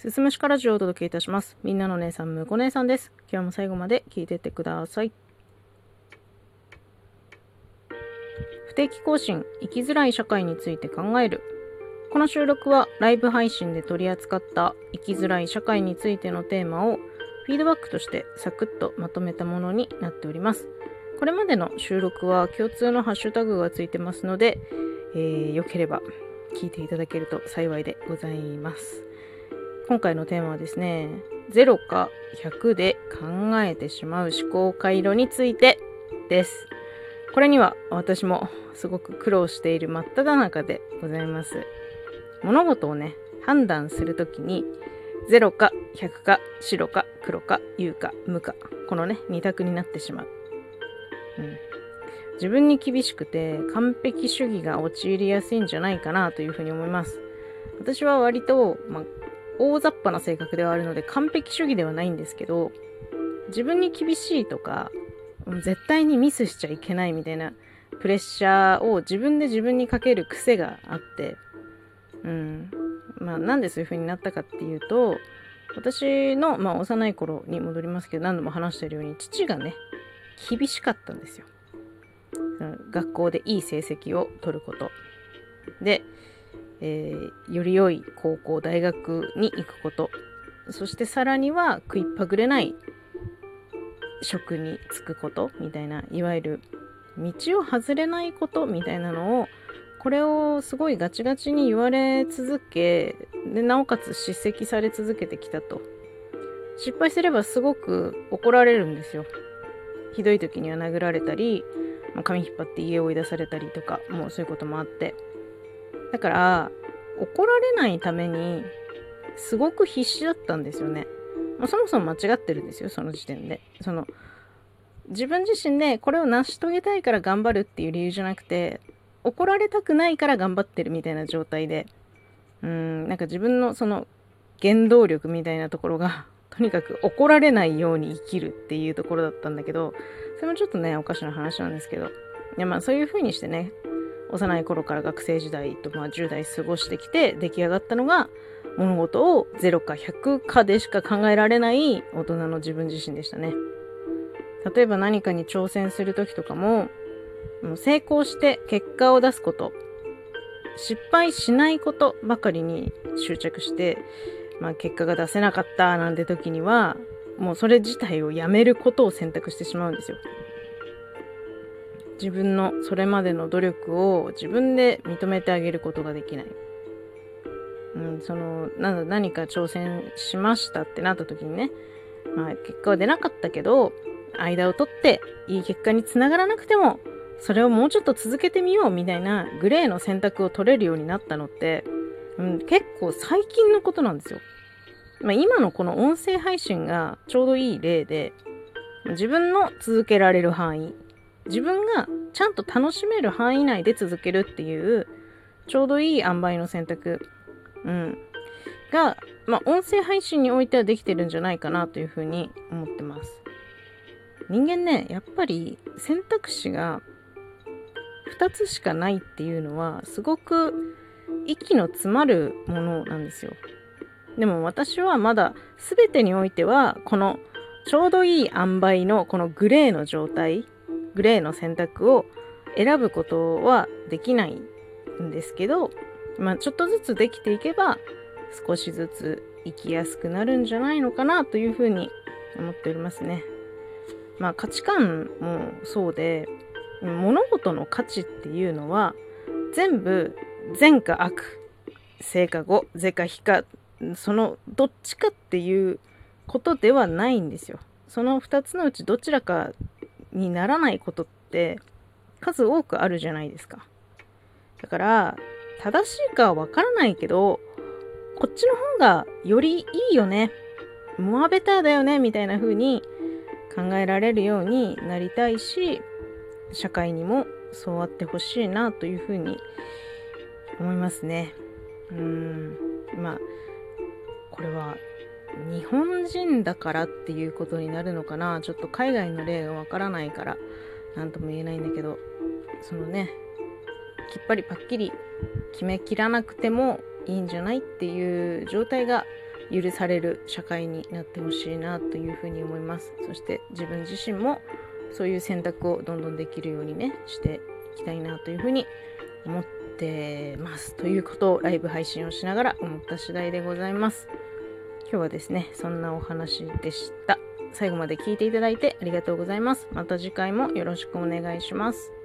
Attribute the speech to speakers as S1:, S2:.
S1: すすむしかラジオをお届けいたします。みんなの姉さん、むこ姉さんです。今日も最後まで聞いてってください。不定期更新、生きづらい社会について考える。この収録はライブ配信で取り扱った生きづらい社会についてのテーマをフィードバックとしてサクッとまとめたものになっております。これまでの収録は共通のハッシュタグがついてますので、よければ聞いていただけると幸いでございます。今回のテーマはですね、0か100で考えてしまう思考回路についてです。これには私もすごく苦労している真っ只中でございます。物事をね、判断するときに0か100か白か黒か有か無か、このね2択になってしまう。自分に厳しくて完璧主義が陥りやすいんじゃないかなというふうに思います。私は割と、大雑把な性格ではあるので完璧主義ではないんですけど、自分に厳しいとか絶対にミスしちゃいけないみたいなプレッシャーを自分で自分にかける癖があって、なんでそういう風になったかっていうと、私の、幼い頃に戻りますけど、何度も話しているように父がね厳しかったんですよ。学校でいい成績を取ることで、より良い高校大学に行くこと、そしてさらには食いっぱぐれない職に就くことみたいな、いわゆる道を外れないことみたいなのを、これをすごいガチガチに言われ続けで、なおかつ叱責され続けてきたと。失敗すればすごく怒られるんですよ。ひどい時には殴られたり、髪引っ張って家を追い出されたりとか、もうそういうこともあって、だから怒られないためにすごく必死だったんですよね。そもそも間違ってるんですよ、その時点で。自分自身でこれを成し遂げたいから頑張るっていう理由じゃなくて、怒られたくないから頑張ってるみたいな状態で、なんか自分のその原動力みたいなところがとにかく怒られないように生きるっていうところだったんだけど、それもちょっとねおかしな話なんですけど、そういう風にしてね、幼い頃から学生時代と10代過ごしてきて出来上がったのが、物事を0か100かでしか考えられない大人の自分自身でしたね。例えば何かに挑戦する時とかも、成功して結果を出すこと、失敗しないことばかりに執着して、結果が出せなかったなんて時には、もうそれ自体をやめることを選択してしまうんですよ。自分のそれまでの努力を自分で認めてあげることができない。何か挑戦しましたってなった時にね、結果は出なかったけど、間を取っていい結果につながらなくても、それをもうちょっと続けてみようみたいなグレーの選択を取れるようになったのって、結構最近のことなんですよ。今のこの音声配信がちょうどいい例で、自分の続けられる範囲、自分がちゃんと楽しめる範囲内で続けるっていうちょうどいい塩梅の選択、が、音声配信においてはできてるんじゃないかなというふうに思ってます。人間ね、やっぱり選択肢が2つしかないっていうのはすごく息の詰まるものなんですよ。でも私はまだ全てにおいてはこのちょうどいい塩梅のこのグレーの状態、グレーの選択を選ぶことはできないんですけど、ちょっとずつできていけば少しずつ生きやすくなるんじゃないのかなというふうに思っておりますね。価値観もそうで、物事の価値っていうのは全部善か悪、正か誤、是か非か、そのどっちかっていうことではないんですよ。その2つのうちどちらかにならないことって数多くあるじゃないですか。だから正しいかはわからないけど、こっちの方がよりいいよね、モアベターだよねみたいな風に考えられるようになりたいし、社会にもそうあってほしいなという風に思いますね。これは日本人だからっていうことになるのかな。ちょっと海外の例がわからないから何とも言えないんだけど、きっぱりパッキリ決めきらなくてもいいんじゃないっていう状態が許される社会になってほしいなというふうに思います。そして自分自身もそういう選択をどんどんできるようにねしていきたいなというふうに思ってますということをライブ配信をしながら思った次第でございます。今日はですねそんなお話でした。最後まで聞いていただいてありがとうございます。また次回もよろしくお願いします。